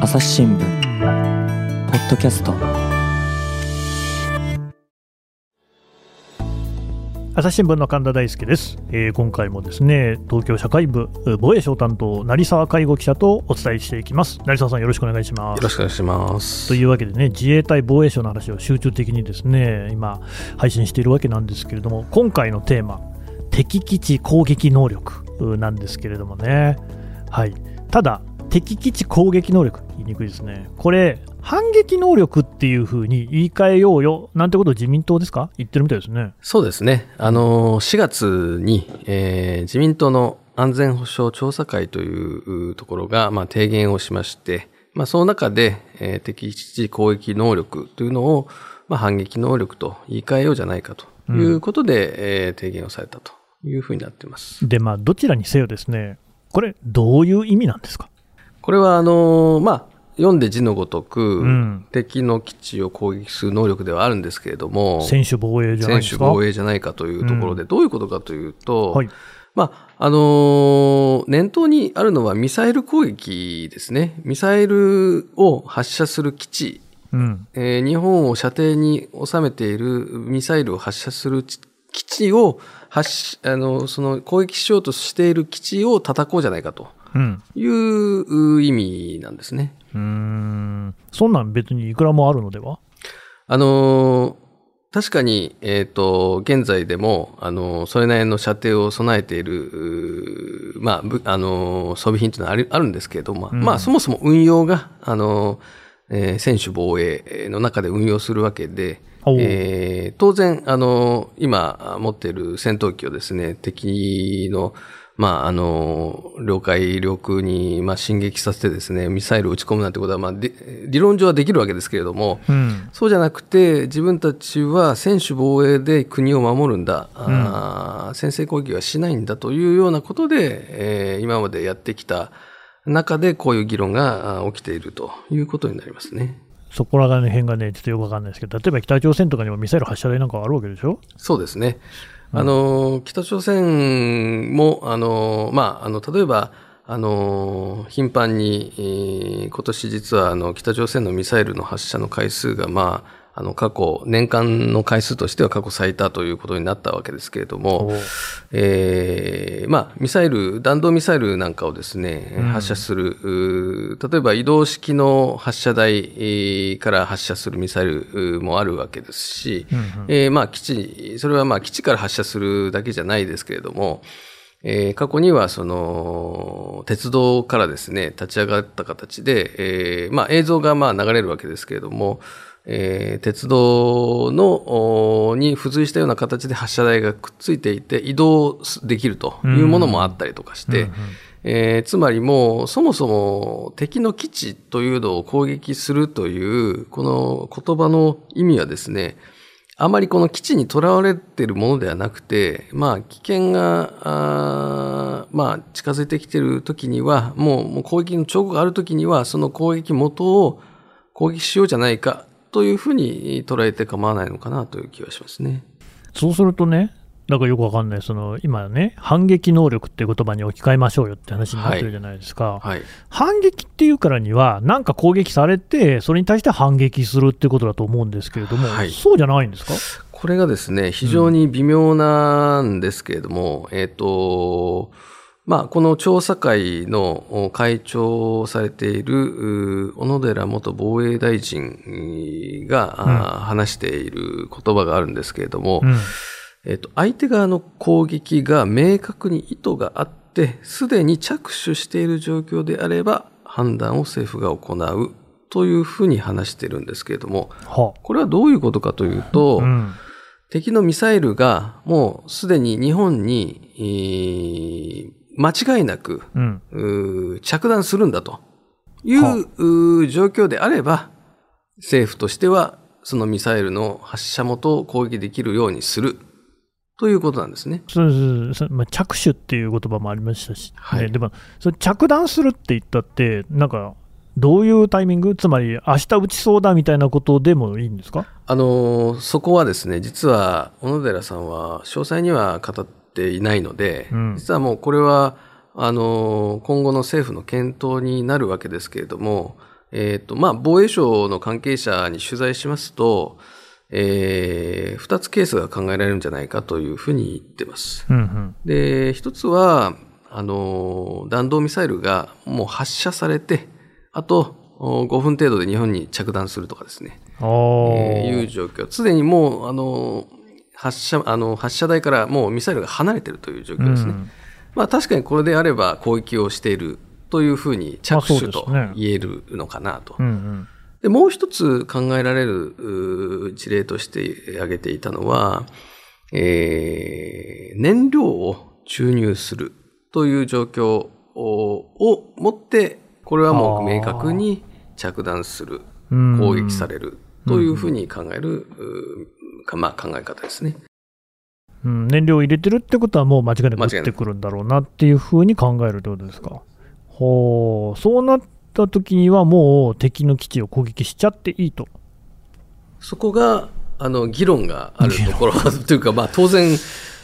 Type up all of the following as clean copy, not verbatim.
朝日新聞ポッドキャスト。 朝日新聞の神田大輔です。今回もですね、東京社会部防衛省担当成沢海護記者とお伝えしていきます。成沢さん、よろしくお願いします。 よろしくお願いします。 というわけでね、自衛隊防衛省の話を集中的にですね、今配信しているわけなんですけれども、今回のテーマ、敵基地攻撃能力なんですけれどもね。はい。ただ敵基地攻撃能力、言いにくいですね。これ反撃能力っていう風に言い換えようよなんてことを自民党ですか、言ってるみたいですね。 そうですね。4月に、自民党の安全保障調査会というところが、提言をしまして、その中で、敵基地攻撃能力というのを、反撃能力と言い換えようじゃないかということで、提言をされたというふうになっています。 で、どちらにせよですね、これどういう意味なんですか。 これは読んで字のごとく、敵の基地を攻撃する能力ではあるんですけれども、 専守防衛じゃないですか。 専守防衛じゃないかというところで、どういうことかというと、 はい、 念頭にあるのはミサイル攻撃ですね。ミサイルを発射する基地、日本を射程に収めているミサイルを発射する基地をその攻撃しようとしている基地を叩こうじゃないかという意味なんですね。 そんなん別にいくらもあるのでは。 確かに、現在でもそれなりの射程を備えている装備品というのはあるんですけれども、そもそも運用が専守防衛の中で運用するわけで、当然今持っている戦闘機をですね、敵の領海領空に進撃させてですね、ミサイルを撃ち込むなんてことは理論上はできるわけですけれども、そうじゃなくて自分たちは専守防衛で国を守るんだ、先制攻撃はしないんだというようなことで、今までやってきた中でこういう議論が起きているということになりますね。 そこら辺がね、ちょっとよくわかんないですけど、例えば北朝鮮とかにもミサイル発射台なんかあるわけでしょ。そうですね。 北朝鮮も、例えば、頻繁に、今年実は、北朝鮮のミサイルの発射の回数が、過去、年間の回数としては過去最多ということになったわけですけれども、ミサイル、弾道ミサイルなんかをですね、発射する、例えば移動式の発射台から発射するミサイルもあるわけですし、それは基地から発射するだけじゃないですけれども、過去には鉄道からですね、立ち上がった形で、映像が流れるわけですけれども、鉄道に付随したような形で発射台がくっついていて移動できるというものもあったりとかして、つまりもうそもそも敵の基地というのを攻撃するというこの言葉の意味はですね、あまりこの基地にとらわれているものではなくて、危険が近づいてきているときにはもう攻撃の兆候があるときにはその攻撃元を攻撃しようじゃないかというふうに捉えて構わないのかなという気がしますね。 そうするとね、だからよくわかんない、今ね、反撃能力っていう言葉に置き換えましょうよって話になってるじゃないですか。反撃っていうからには、なんか攻撃されて、それに対して反撃するっていうことだと思うんですけれども、そうじゃないんですか。 これがですね、非常に微妙なんですけれども、この調査会の会長をされている小野寺元防衛大臣が話している言葉があるんですけれども、相手側の攻撃が明確に意図があって、すでに着手している状況であれば判断を政府が行うというふうに話しているんですけれども、これはどういうことかというと、敵のミサイルがもうすでに日本に間違いなく、着弾するんだという状況であれば、政府としてはそのミサイルの発射元を攻撃できるようにするということなんですね。 着手っていう言葉もありましたし、でもそれ着弾するって言ったってなんかどういうタイミング、つまり明日撃ちそうだみたいなことでもいいんですか。 そこはですね、実は小野寺さんは詳細には語っていないので、実はもうこれは今後の政府の検討になるわけですけれども、 防衛省の関係者に取材しますと、2つケースが考えられるんじゃないかというふうに言ってます。で、一つは、弾道ミサイルがもう発射されて、あと5分程度で日本に着弾するとかですね。いう状況。すでにもう、発射台からもうミサイルが離れているという状況ですね。確かにこれであれば攻撃をしているというふうに着手と言えるのかなと。で、もう一つ考えられる事例として挙げていたのは、燃料を注入するという状況をもって、これはもう明確に着弾する、攻撃されるというふうに考える、考え方ですね。 燃料を入れてるってことはもう間違いなく撃ってくるんだろうなっていうふうに考えるってことですか。そうなった時にはもう敵の基地を攻撃しちゃっていいと。 そこが議論があるところというか、当然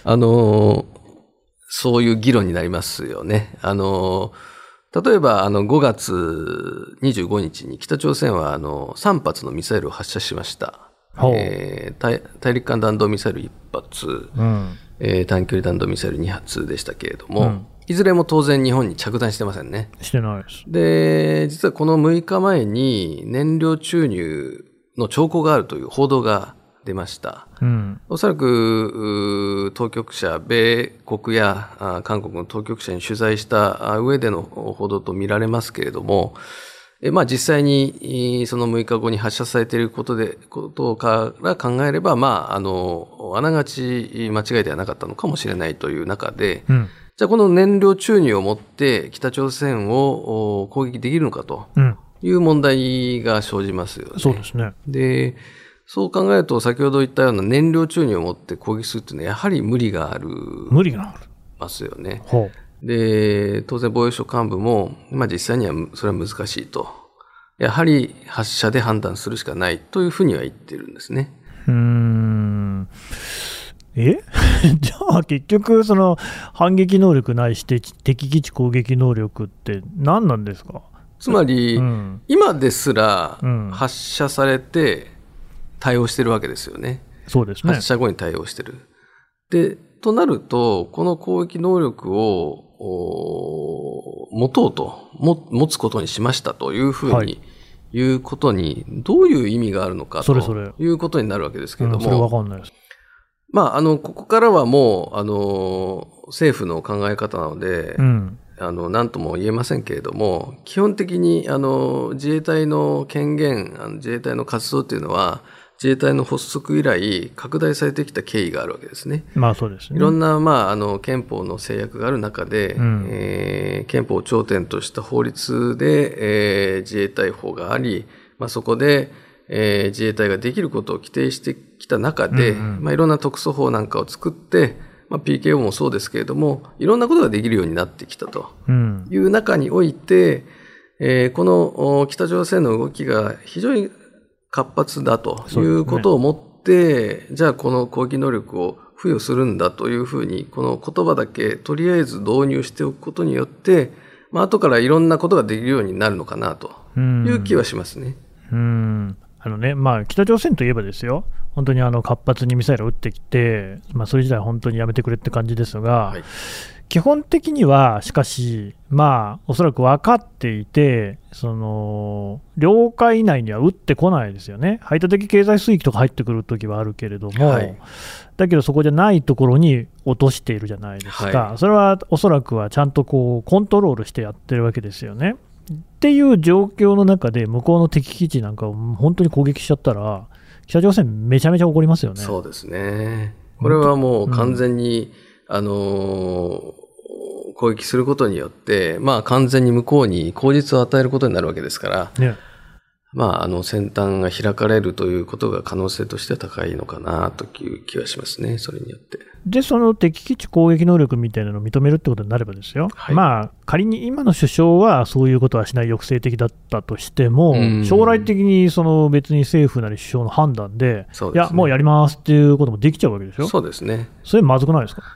そういう議論になりますよね。例えば5月25日に北朝鮮は3発のミサイルを発射しました。大陸間弾道ミサイル1発、短距離弾道ミサイル2発でしたけれども、いずれも当然日本に着弾してませんね。 してないです。 で、実はこの6日前に燃料注入の兆候があるという報道が出ました。おそらく当局者、米国や韓国の当局者に取材した上での報道と見られますけれども、実際にその6日後に発射されていることから考えれば、あながち間違いではなかったのかもしれないという中で、じゃあこの燃料注入をもって北朝鮮を攻撃できるのかという問題が生じますよね。 そうですね。 で、そう考えると先ほど言ったような燃料注入をもって攻撃するというのはやはり無理があるますよね。で、当然防衛省幹部も、実際にはそれは難しいと。やはり発射で判断するしかないというふうには言ってるんですね。 じゃあ結局その反撃能力ないし敵基地攻撃能力って何なんですか。 つまり、今ですら発射されて対応してるわけですよね。 そうですね。 発射後に対応してる。で、となると、この攻撃能力を持つことにしましたというふうに言うことにどういう意味があるのかということになるわけですけれども、 それわかんないです。 ここからはもう政府の考え方なので、何とも言えませんけれども、基本的に自衛隊の権限、自衛隊の活動というのは自衛隊の発足以来拡大されてきた経緯があるわけですね。 そうですね。 いろんな憲法の制約がある中で、憲法を頂点とした法律で、自衛隊法があり、そこで、自衛隊ができることを規定してきた中で、いろんな特措法なんかを作って、PKO もそうですけれども、いろんなことができるようになってきたという中において、この北朝鮮の動きが非常に活発だということをもって、じゃあこの攻撃能力を付与するんだというふうに、この言葉だけとりあえず導入しておくことによって、後からいろんなことができるようになるのかなという気はしますね。 北朝鮮といえばですよ、本当に活発にミサイルを撃ってきて、それ自体本当にやめてくれって感じですが、基本的にはしかし、おそらく分かっていて、領海内には撃ってこないですよね。排他的経済水域とか入ってくるときはあるけれども、だけどそこじゃないところに落としているじゃないですか。それはおそらくはちゃんとコントロールしてやってるわけですよね。っていう状況の中で、向こうの敵基地なんかを本当に攻撃しちゃったら、北朝鮮、めちゃめちゃ怒りますよね。 そうですね。これはもう完全に、攻撃することによって、完全に向こうに口実を与えることになるわけですから、先端が開かれるということが可能性としては高いのかなという気はしますね、それによって。 で、その敵基地攻撃能力みたいなのを認めるってことになればですよ、仮に今の首相はそういうことはしない抑制的だったとしても、将来的に別に政府なり首相の判断で、いや、もうやりますっていうこともできちゃうわけでしょ。 そうですね。 それまずくないですか。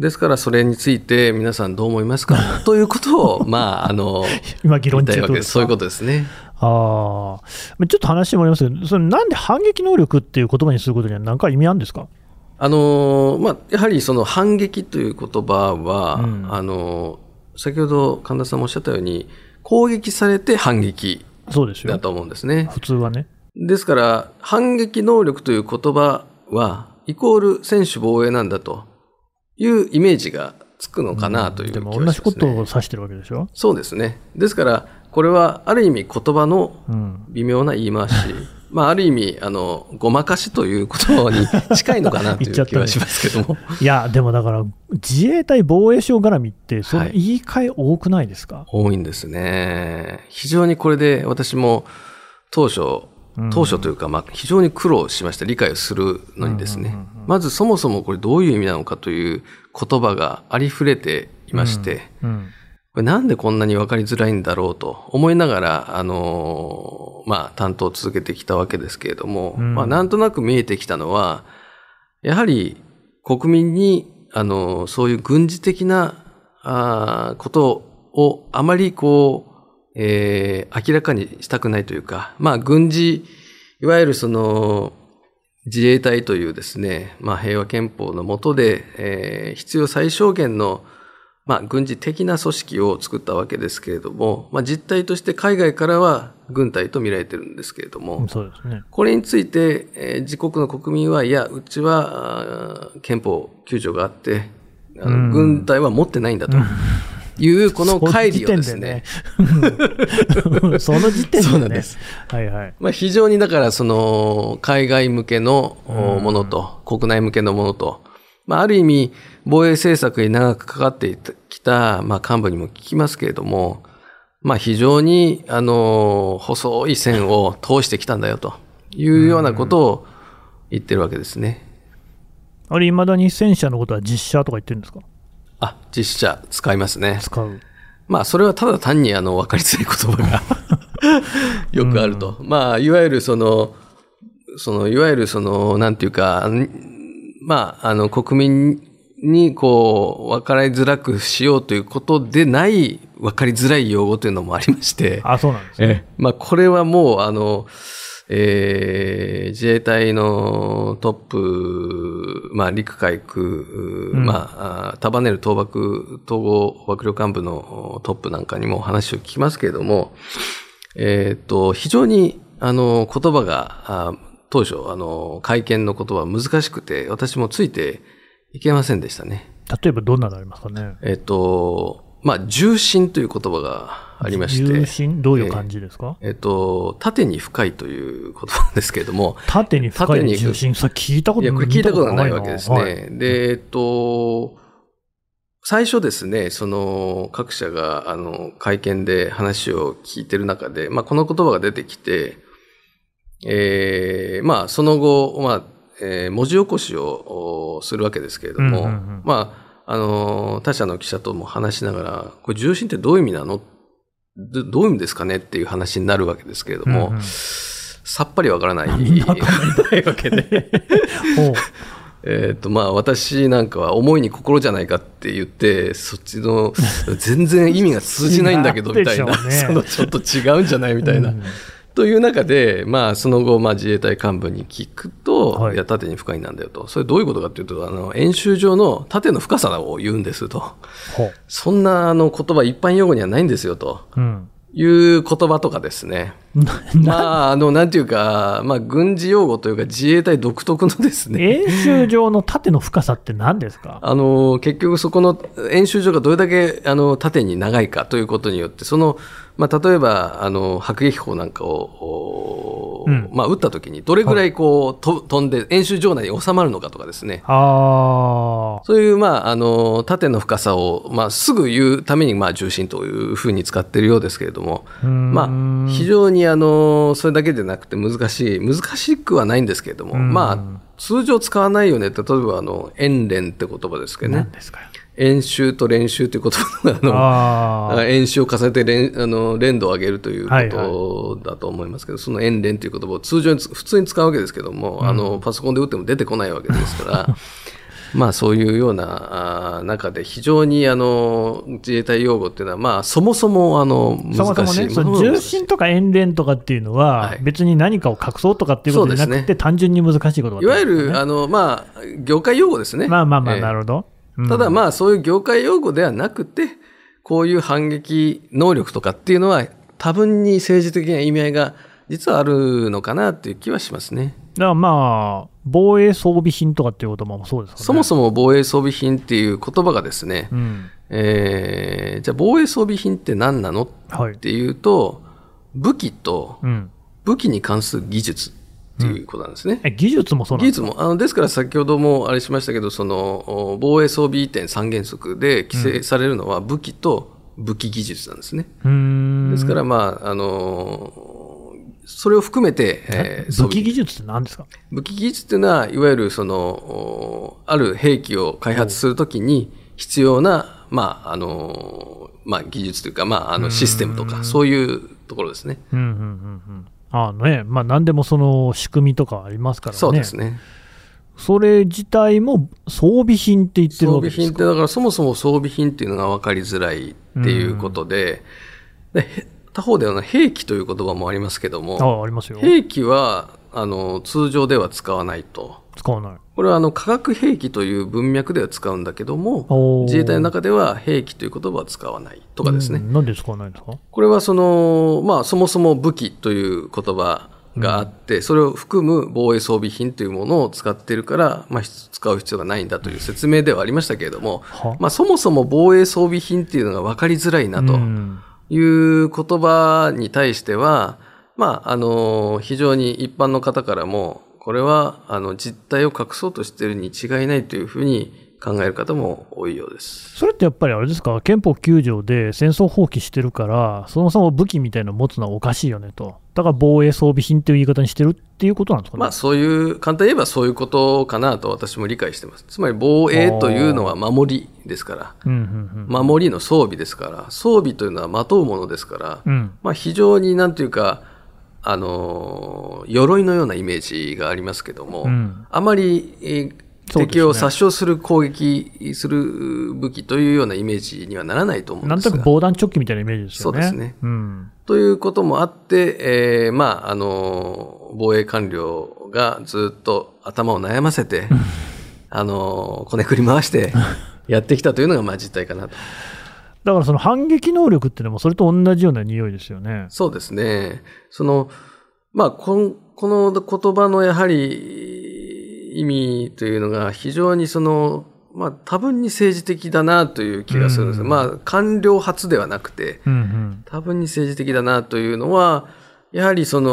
ですからそれについて皆さんどう思いますかということを、 今議論中とですか。 そういうことですね。 ちょっと話もありますけど、それなんで反撃能力っていう言葉にすることには何か意味あるんですか。 やはりその反撃という言葉は、先ほど神田さんもおっしゃったように攻撃されて反撃だと思うんですね。 普通はね。 ですから反撃能力という言葉はイコール専守防衛なんだというイメージがつくのかなという気がしますね。 でも同じことを指してるわけでしょ。 そうですね。ですからこれはある意味言葉の微妙な言い回し、ある意味ごまかしということに近いのかなという気はしますけどもいやでもだから自衛隊防衛省絡みってその言い換え多くないですか。 多いんですね。非常にこれで私も当初というか、非常に苦労しました。理解をするのにですね、まずそもそもこれどういう意味なのかという言葉がありふれていまして、これなんでこんなに分かりづらいんだろうと思いながら、担当を続けてきたわけですけれども、なんとなく見えてきたのは、やはり国民に、そういう軍事的な、ことをあまり明らかにしたくないというか、いわゆるその、自衛隊というですね、平和憲法の下で、必要最小限の軍事的な組織を作ったわけですけれども、実態として海外からは軍隊と見られているんですけれども、 そうですね。これについて、自国の国民は、いや、うちは憲法9条があって、軍隊は持ってないんだと。いうこの乖離をですね。 その時点でね。 そうなんです。 はいはい。 非常にだからその海外向けのものと国内向けのものと、ある意味防衛政策に長くかかってきた幹部にも聞きますけれども、非常に細い線を通してきたんだよというようなことを言ってるわけですね。 あれ未だに戦車のことは実車とか言ってるんですか。 実車使いますね。 使う。 それはただ単に分かりづらい言葉がよくあると。いわゆるなんていうか、国民に分かりづらくしようということでない分かりづらい用語というのもありまして。 そうなんですね。 これはもう自衛隊のトップ、陸海空、束ねる統合幕僚幹部のトップなんかにも話を聞きますけれども、非常に言葉が当初会見の言葉は難しくて私もついていけませんでしたね。 例えばどんなのありますかね。 重心という言葉がありまして。 重心どういう感じですか。 縦に深いという言葉ですけれども。 縦に深い重心、さ聞いたことない。 これ聞いたことがないわけですね。で、最初ですね、各社が会見で話を聞いてる中で、この言葉が出てきて、その後、文字起こしをするわけですけれども、他社の記者とも話しながら、これ重心ってどういう意味なの？どういう意味ですかねっていう話になるわけですけれども、さっぱりわからないわけで。私なんかは思いに心じゃないかって言って、そっちの全然意味が通じないんだけどみたいな、ちょっと違うんじゃないみたいな。という中で、その後、自衛隊幹部に聞くと、いや、縦に深いなんだよと。それどういうことかというと、演習場の縦の深さを言うんですと。そんな言葉一般用語にはないんですよと。いう言葉とかですね。なんていうか、軍事用語というか自衛隊独特のですね。 演習場の縦の深さって何ですか？ 結局そこの演習場がどれだけ縦に長いかということによって、例えば、迫撃砲なんかを、撃った時にどれぐらい飛んで演習場内に収まるのかとかですね。そういう、縦の深さを、すぐ言うために、重心というふうに使っているようですけれども、非常にそれだけでなくて難しくはないんですけれども、通常使わないよねって、例えば演練って言葉ですけどね。 何ですか？ 演習と練習という言葉が演習を重ねて連度を上げるということだと思いますけど、その演練という言葉を通常に普通に使うわけですけども、パソコンで打っても出てこないわけですからまあそういうような中で非常に自衛隊用語っていうのはまあそもそも難しい。 そもそもね、重心とか円連とかっていうのは別に何かを隠そうとかっていうことじゃなくて、単純に難しいことだったんですね。 いわゆるまあ業界用語ですね。 まあなるほど。 ただまあそういう業界用語ではなくて、こういう反撃能力とかっていうのは多分に政治的な意味合いが実はあるのかなっていう気はしますね。 だからまあ防衛装備品とかっていう言葉もそうですかね。 そもそも防衛装備品っていう言葉がですね、じゃあ防衛装備品って何なのっていうと、武器と武器に関する技術っていうことなんですね。 技術もそうなんですか？ 技術もですから先ほどもあれしましたけど、その防衛装備移転三原則で規制されるのは武器と武器技術なんですね。ですからまあそれを含めて、 武器技術って何ですか？ 武器技術っていうのは、いわゆるある兵器を開発するときに必要な、まあ技術というか、まあシステムとか、そういうところですね。 まあ何でもその仕組みとかありますからね。 そうですね。 それ自体も装備品って言ってるわけですか？ 装備品ってだからそもそも装備品っていうのが分かりづらいっていうことで、他方では兵器という言葉もありますけども、 ありますよ。 兵器は通常では使わないと。 使わない。 これは化学兵器という文脈では使うんだけども、自衛隊の中では兵器という言葉は使わないとかですね。 なんで使わないんですか？これはそもそも武器という言葉があって、それを含む防衛装備品というものを使っているから、まあ、使う必要がないんだという説明ではありましたけれども、まあ、そもそも防衛装備品っていうのが分かりづらいなという言葉に対しては、まあ、非常に一般の方からも、これは実態を隠そうとしているに違いないというふうに考える方も多いようです。 それってやっぱりあれですか、憲法9条で戦争放棄してるから、そもそも武器みたいなのを持つのはおかしいよねと、だから防衛装備品という言い方にしてるっていうことなんですかね。 まあ、そういう、簡単に言えばそういうことかなと私も理解してます。つまり防衛というのは守りですから、守りの装備ですから、装備というのはまとうものですから、まあ、非常になんていうか、鎧のようなイメージがありますけども、あまり、敵を殺傷する攻撃する武器というようなイメージにはならないと思うんですが。 なんとなく防弾チョッキみたいなイメージですよね。 そうですね。ということもあって、まあ、防衛官僚がずっと頭を悩ませて、こねくり回してやってきたというのがまあ実態かなと。 だからその反撃能力っていうのもそれと同じような匂いですよね。 そうですね。まあ、この言葉のやはり意味というのが非常にまあ多分に政治的だなという気がするんです。まあ官僚発ではなくて、多分に政治的だなというのは、やはり専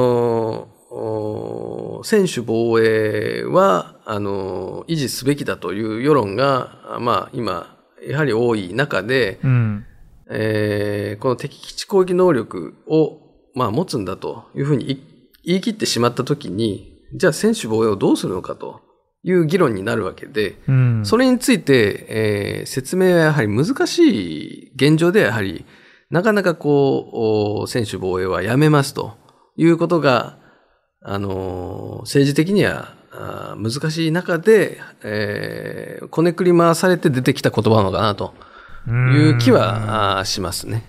守防衛は、維持すべきだという世論が、まあ今、やはり多い中で、この敵基地攻撃能力を、まあ持つんだというふうに言い切ってしまったときに、じゃあ専守防衛をどうするのかという議論になるわけで、それについて、説明はやはり難しい現状でやはり、なかなか専守防衛はやめますということが、政治的には難しい中で、こねくり回されて出てきた言葉なのかなという気はしますね。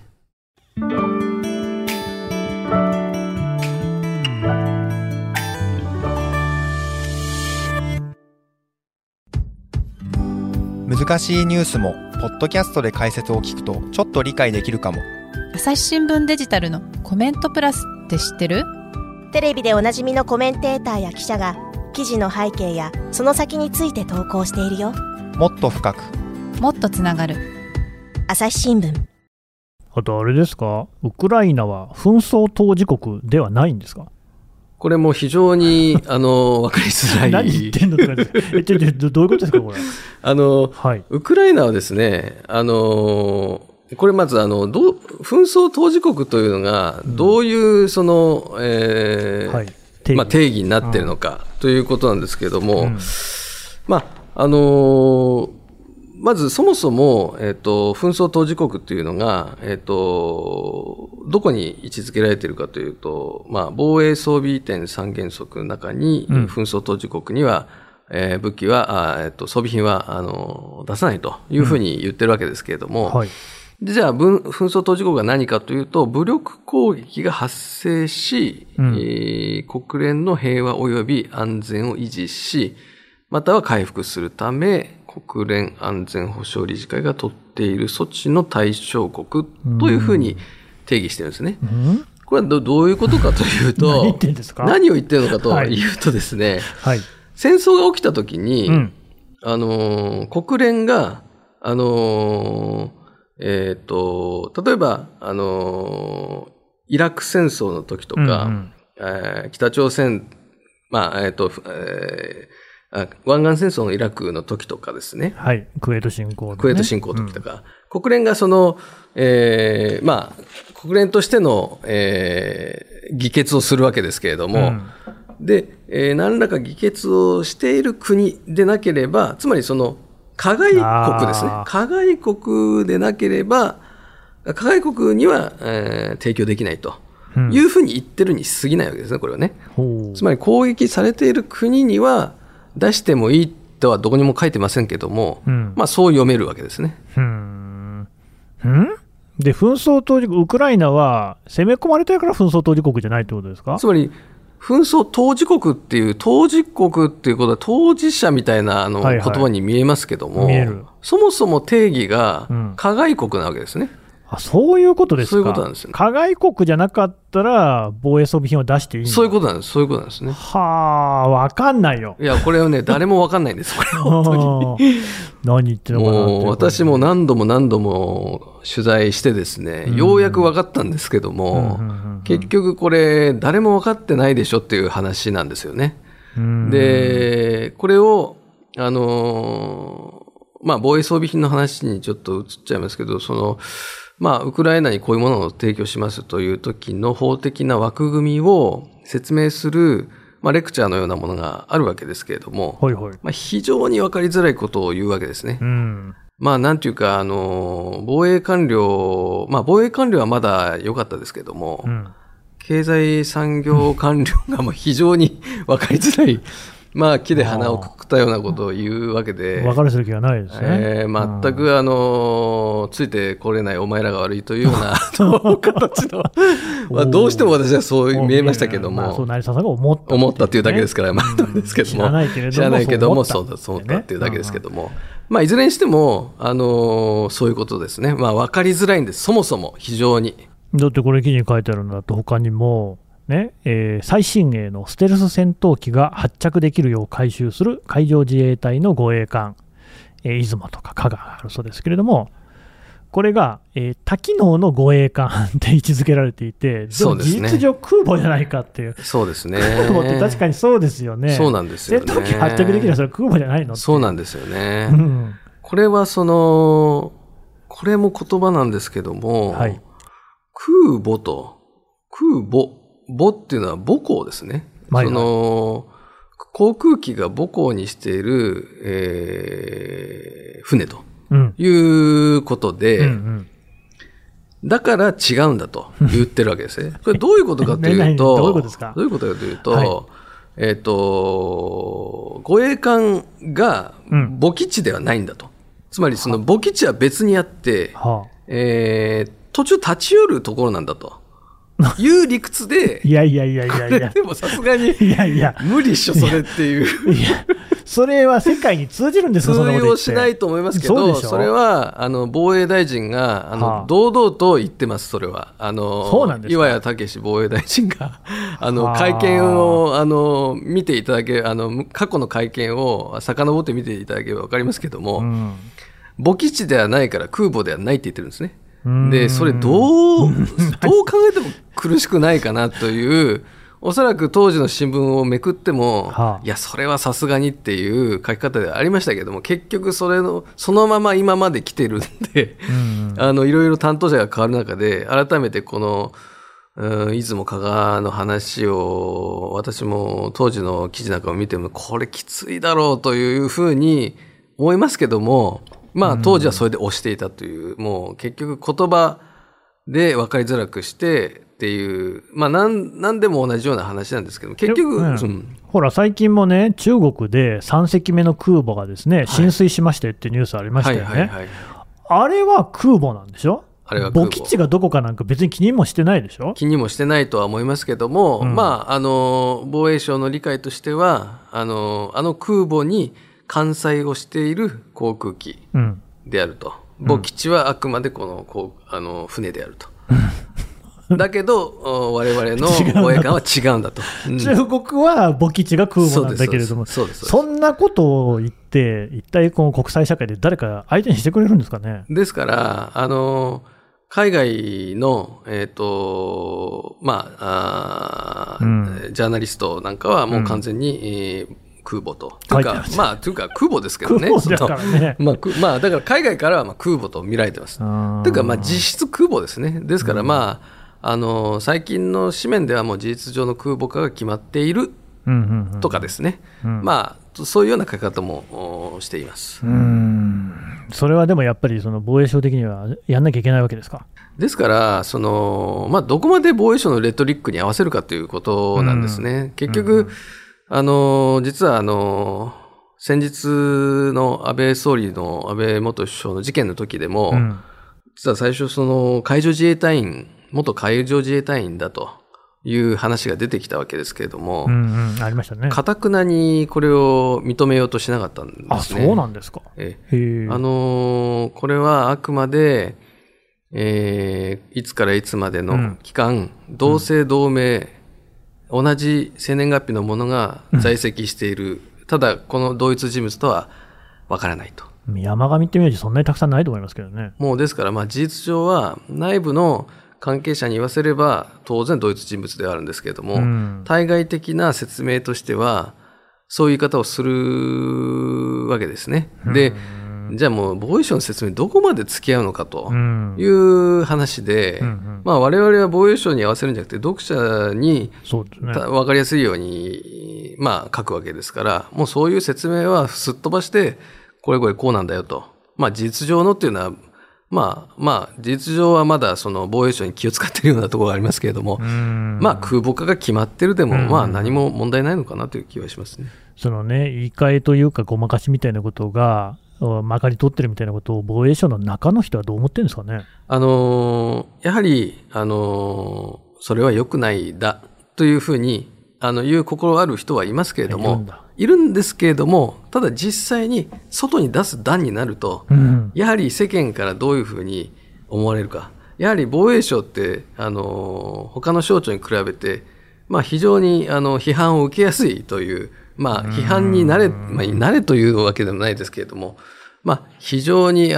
難しいニュースもポッドキャストで解説を聞くとちょっと理解できるかも。 朝日新聞デジタルのコメントプラスって知ってる？ テレビでおなじみのコメンテーターや記者が記事の背景やその先について投稿しているよ。 もっと深く、 もっとつながる。 朝日新聞。 あとあれですか、ウクライナは紛争当事国ではないんですか？ これも非常に分かりづらい。 何言ってんのって感じです。どういうことですかこれ。 はい、ウクライナはですね、これまず紛争当事国というのがどういう定義になっているのかということなんですけれども、まずそもそも、紛争当事国というのが、どこに位置づけられているかというと、まあ、防衛装備移転三原則の中に、紛争当事国には、 武器は、装備品は、出さないというふうに言ってるわけですけれども、はい、でじゃあ、紛争当事国が何かというと、武力攻撃が発生し、国連の平和及び安全を維持し、または回復するため、国連安全保障理事会が取っている措置の対象国というふうに定義してるんですね。これはどういうことかというと、 何言ってんですか？ 何を言ってるのかというとですね、はい、戦争が起きたときに、国連が、例えば、イラク戦争の時とか、北朝鮮、湾岸戦争のイラクの時とかですね。 はい。クウェート侵攻、ね。 クウェート侵攻の時とか。国連が国連としての、議決をするわけですけれども、で、何らか議決をしている国でなければ、つまり加害国ですね。加害国でなければ、加害国には、提供できないというふうに言ってるに過ぎないわけですね、これはね。つまり攻撃されている国には出してもいいとはどこにも書いてませんけども、そう読めるわけですね。 で、紛争当事国、ウクライナは攻め込まれてるから紛争当事国じゃないってことですか？ つまり、紛争当事国っていう、当事国っていうことは当事者みたいな言葉に見えますけども、そもそも定義が加害国なわけですね。 そういうことですか。 そういうことなんですよね。 加害国じゃなかったら防衛装備品を出していいんだ。 そういうことなんです。そういうことなんですね。 はあ、わかんないよ。 いや、これはね、誰もわかんないんです。これ本当に。 何言ってるのかなって。 私も何度も取材してですね、ようやくわかったんですけども、結局これ誰もわかってないでしょっていう話なんですよね。で、これを防衛装備品の話にちょっと移っちゃいますけど、ウクライナにこういうものを提供しますという時の法的な枠組みを説明する、レクチャーのようなものがあるわけですけれども、非常に分かりづらいことを言うわけですね。なんていうか、防衛官僚はまだ良かったですけども、経済産業官僚が非常に分かりづらい、木で鼻をくくったようなことを言うわけで。 分かる気がないですね。 全くついてこれないお前らが悪いというような形の、どうしても私はそう見えましたけども。 成澤さんが思ったっていうだけですから、ですけども。知らないけども、そうだっていうだけですけども。いずれにしても、そういうことですね。分かりづらいんです。そもそも非常に。 だってこれ記事に書いてあるんだと他にも、最新鋭のステルス戦闘機が発着できるよう改修する海上自衛隊の護衛艦、出雲とか加賀があるそうですけれども、これが、多機能の護衛艦って位置づけられていて、でも事実上空母じゃないかっていう。 そうですね。 空母って確かにそうですよね。 そうなんですよね。 戦闘機発着できるのはそれ空母じゃないのって。 そうなんですよね。これはこれも言葉なんですけども、空母っていうのは母港ですね。航空機が母港にしている、船ということで、だから違うんだと言ってるわけですね。これどういうことかというと、 どういうことですか？ どういうことかというと、護衛艦が母基地ではないんだと。つまり母基地は別にあって、途中立ち寄るところなんだと。いう理屈で、 いやでもさすがに無理っしょそれっていう。 いやそれは世界に通じるんですか？ 通用しないと思いますけど、それは防衛大臣が堂々と言ってます。それはそうなんですか？ 岩谷武防衛大臣が会見を見ていただけ、過去の会見を遡って見ていただければ分かりますけども、母基地ではないから空母ではないって言ってるんですね。でそれどう考えても苦しくないかなという、おそらく当時の新聞をめくっても、いやそれはさすがにっていう書き方ではありましたけども、結局そのまま今まで来てるんで、いろいろ担当者が変わる中で改めてこの出雲加賀の話を私も当時の記事なんかを見てもこれきついだろうというふうに思いますけども、当時はそれで押していたという、もう結局言葉で分かりづらくしてっていう、何でも同じような話なんですけども、結局、 ほら最近もね、中国で3隻目の空母がですね、浸水しましてってニュースありましたよね。あれは空母なんでしょ。母基地がどこかなんか別に気にもしてないでしょ。 気にもしてないとは思いますけども、まあ、防衛省の理解としては、空母に艦載をしている航空機であると。母基地はあくまで船であると。だけど、我々の護衛艦は違うんだと。 中国は母基地が空母なんだけれども、そんなことを言って、一体この国際社会で誰か相手にしてくれるんですかね。 ですから、海外の、ジャーナリストなんかはもう完全に、空母と。というか空母ですけどね。 空母だからね。 だから海外からは空母と見られてます。というか、実質空母ですね。ですから、最近の紙面ではもう事実上の空母化が決まっているとかですね。そういうような書き方もしています。 それはでもやっぱりその防衛省的にはやんなきゃいけないわけですか。 ですからどこまで防衛省のレトリックに合わせるかということなんですね。結局、実は先日の安倍元首相の事件の時でも、実は最初元海上自衛隊員だという話が出てきたわけですけれども、 ありましたね。 堅くなにこれを認めようとしなかったんですね。 そうなんですか。これはあくまで、いつからいつまでの期間、同姓同名、同じ生年月日の者が在籍している。ただ、この同一人物とはわからないと。 山上って名字そんなにたくさんないと思いますけどね。 もうですから、事実上は内部の関係者に言わせれば当然同一人物ではあるんですけれども、対外的な説明としてはそういう言い方をするわけですね。で、じゃあもう防衛省の説明どこまで付き合うのかという話で、我々は防衛省に合わせるんじゃなくて読者に分かりやすいように書くわけですから、もうそういう説明はすっ飛ばしてこれこうなんだよと。事実上のっていうのは事実上はまだその防衛省に気を使っているようなところがありますけれども、空母化が決まってるでも、何も問題ないのかなという気はしますね。 そのね、言い換えというかごまかしみたいなことがまかり通ってるみたいなことを防衛省の中の人はどう思ってるんですかね。 やはりそれは良くないだというふうにいう心ある人はいますけれども、いるんですけれども、ただ実際に外に出す段になると、やはり世間からどういうふうに思われるか。やはり防衛省って他の省庁に比べて、非常に批判を受けやすいという、批判に慣れというわけでもないですけれども、非常に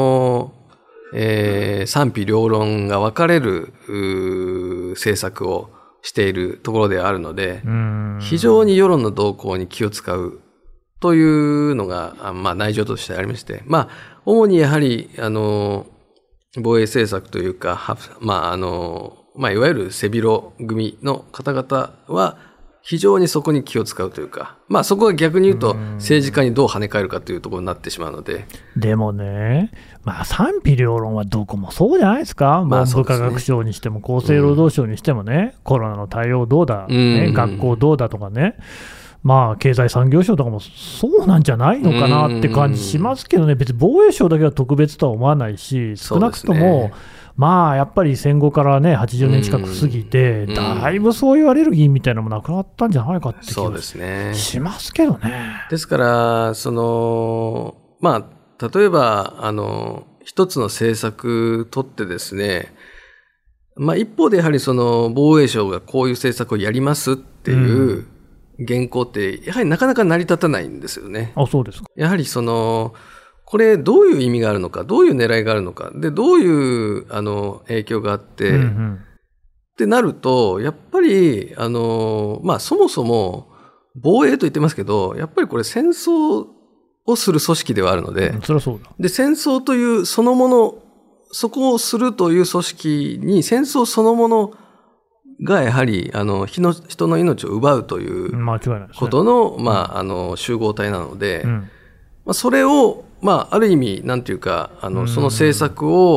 賛否両論が分かれる政策をしているところではあるので、非常に世論の動向に気を使うというのが、内情としてありまして、主にやはり防衛政策というか、いわゆる背広組の方々は非常にそこに気を使うというか、そこは逆に言うと政治家にどう跳ね返るかというところになってしまうので。 でもね、賛否両論はどこもそうじゃないですか。文部科学省にしても厚生労働省にしてもね、コロナの対応どうだ、学校どうだとかね、経済産業省とかもそうなんじゃないのかなって感じしますけどね。別に防衛省だけは特別とは思わないし、少なくともやっぱり戦後からね80年近く過ぎて、だいぶそういうアレルギーみたいなのもなくなったんじゃないかって気がしますけどね。 ですから例えば一つの政策とってですね、一方でやはり防衛省がこういう政策をやりますっていう原稿ってやはりなかなか成り立たないんですよね。 そうですか。 やはりこれどういう意味があるのか、どういう狙いがあるのか、でどういう影響があって、ってなるとやっぱりそもそも防衛と言ってますけど、やっぱりこれ戦争をする組織ではあるので、 そりゃそうだ。 で戦争というそのもの、そこをするという組織に戦争そのものがやはり人の命を奪うということの、集合体なので、それをある意味なんていうかその政策を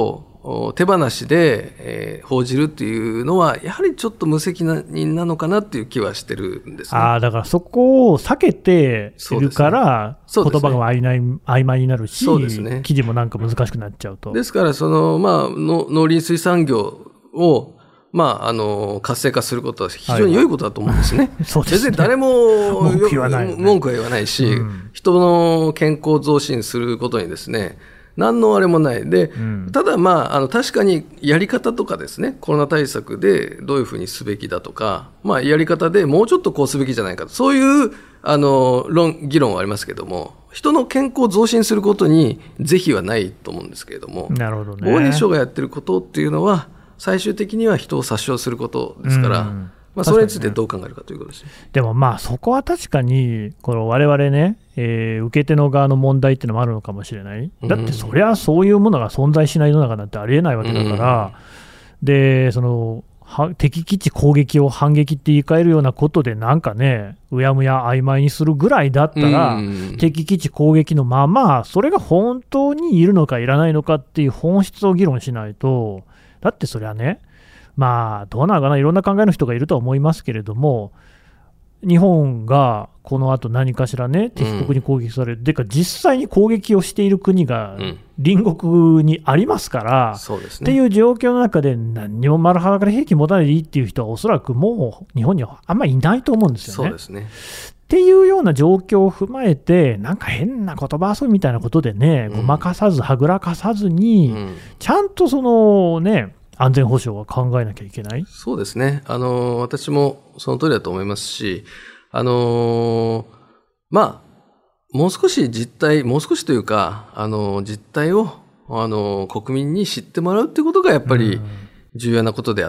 手放しで、報じるっていうのはやはりちょっと無責任なのかなっていう気はしてるんですね。 だからそこを避けているから、言葉が曖昧になるし、 そうですね、 記事もなんか難しくなっちゃうと。 ですから農林水産業を活性化することは非常に良いことだと思うんですね。 そうですね。 全然誰も文句は言わないし、人の健康増進することにですね、何のあれもないで、ただ確かにやり方とかですね、コロナ対策でどういうふうにすべきだとか、やり方でもうちょっとこうすべきじゃないかと、そういう議論はありますけども、人の健康を増進することに是非はないと思うんですけれども、 なるほどね、 防衛省がやってることっていうのは最終的には人を殺傷することですから、それについてどう考えるかということですね。 でもそこは確かにこの我々ね、受け手の側の問題っていうのもあるのかもしれない。だってそりゃそういうものが存在しない世の中なんてありえないわけだから、で敵基地攻撃を反撃って言い換えるようなことでなんかね、うやむや曖昧にするぐらいだったら、敵基地攻撃のそれが本当にいるのかいらないのかっていう本質を議論しないと。だってそれはね、どうなのかな、いろんな考えの人がいるとは思いますけれども、日本がこのあと何かしらね、敵国に攻撃される、でか実際に攻撃をしている国が隣国にありますから、っていう状況の中で、何にも丸裸で兵器持たないでいいっていう人は、おそらくもう日本にはあんまりいないと思うんですよね。 そうですね。 っていうような状況を踏まえて、なんか変な言葉遊びみたいなことでね、ごまかさず、はぐらかさずに、ちゃんと安全保障は考えなきゃいけない。 そうですね。私もその通りだと思いますし、もう少しというか、実態を、国民に知ってもらうっていうことがやっぱり重要なことであって、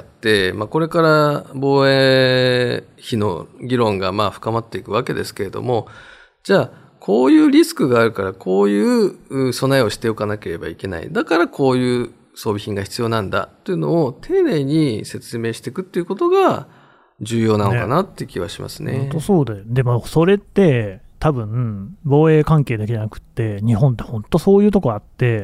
これから防衛費の議論が深まっていくわけですけれども、じゃあ、こういうリスクがあるから、こういう備えをしておかなければいけない。だからこういう装備品が必要なんだというのを丁寧に説明していくっていうことが重要なのかなって気はしますね。 本当そうだよ。でもそれって多分防衛関係だけじゃなくて日本って本当そういうとこあって、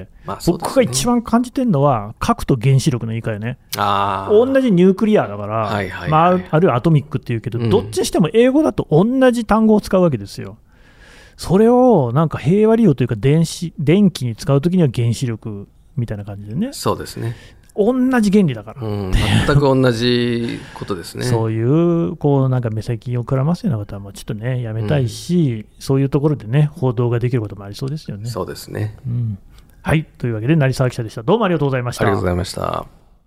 僕が一番感じてるのは核と原子力の言い換えね。同じニュークリアだから、あるいはアトミックっていうけど、どっちにしても英語だと同じ単語を使うわけですよ。それをなんか平和利用というか電気に使うときには原子力みたいな感じでね。 そうですね。 同じ原理だから、 全く同じことですね。 そういうなんか目先をくらますようなことはもうちょっとねやめたいし、そういうところでね報道ができることもありそうですよね。 そうですね。 はい、というわけで成沢記者でした。どうもありがとうございました。 ありがとうございました。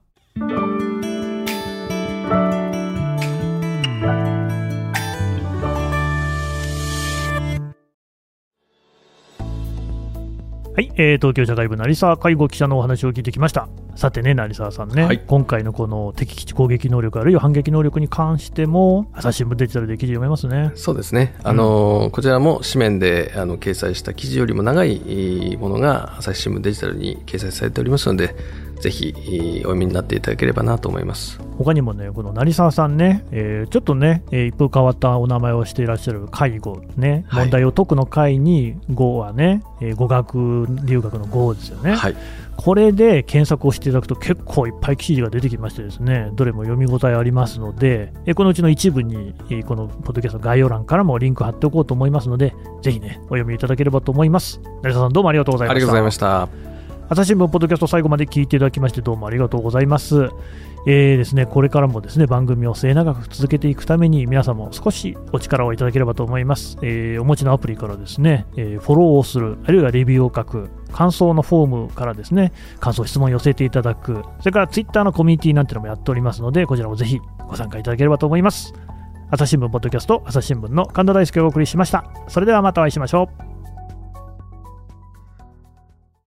はい、東京社会部成沢介護記者のお話を聞いてきました。さてね、成沢さんね、今回のこの敵基地攻撃能力あるいは反撃能力に関しても朝日新聞デジタルで記事読めますね。 そうですね。こちらも紙面で掲載した記事よりも長いものが朝日新聞デジタルに掲載されておりますので、ぜひお読みになっていただければなと思います。 他にもね、この成沢さんね、ちょっとね、一風変わったお名前をしていらっしゃる介護ね、問題を解くの会に語はね、語学留学の語ですよね。これで検索をしていただくと結構いっぱい記事が出てきましてですね、どれも読み応えありますので、このうちの一部にこのポッドキャスト概要欄からもリンク貼っておこうと思いますので、ぜひねお読みいただければと思います。成沢さん、どうもありがとうございました。 ありがとうございました。 朝日新聞ポッドキャスト最後まで聞いていただきましてどうもありがとうございます。ですね、これからもですね番組を末永く続けていくために皆さんも少しお力をいただければと思います。お持ちのアプリからですね、フォローをする、あるいはレビューを書く、感想のフォームからですね感想質問を寄せていただく、それからツイッターのコミュニティなんてのもやっておりますので、こちらもぜひご参加いただければと思います。朝日新聞ポッドキャスト、朝日新聞の神田大輔がお送りしました。それではまたお会いしましょう。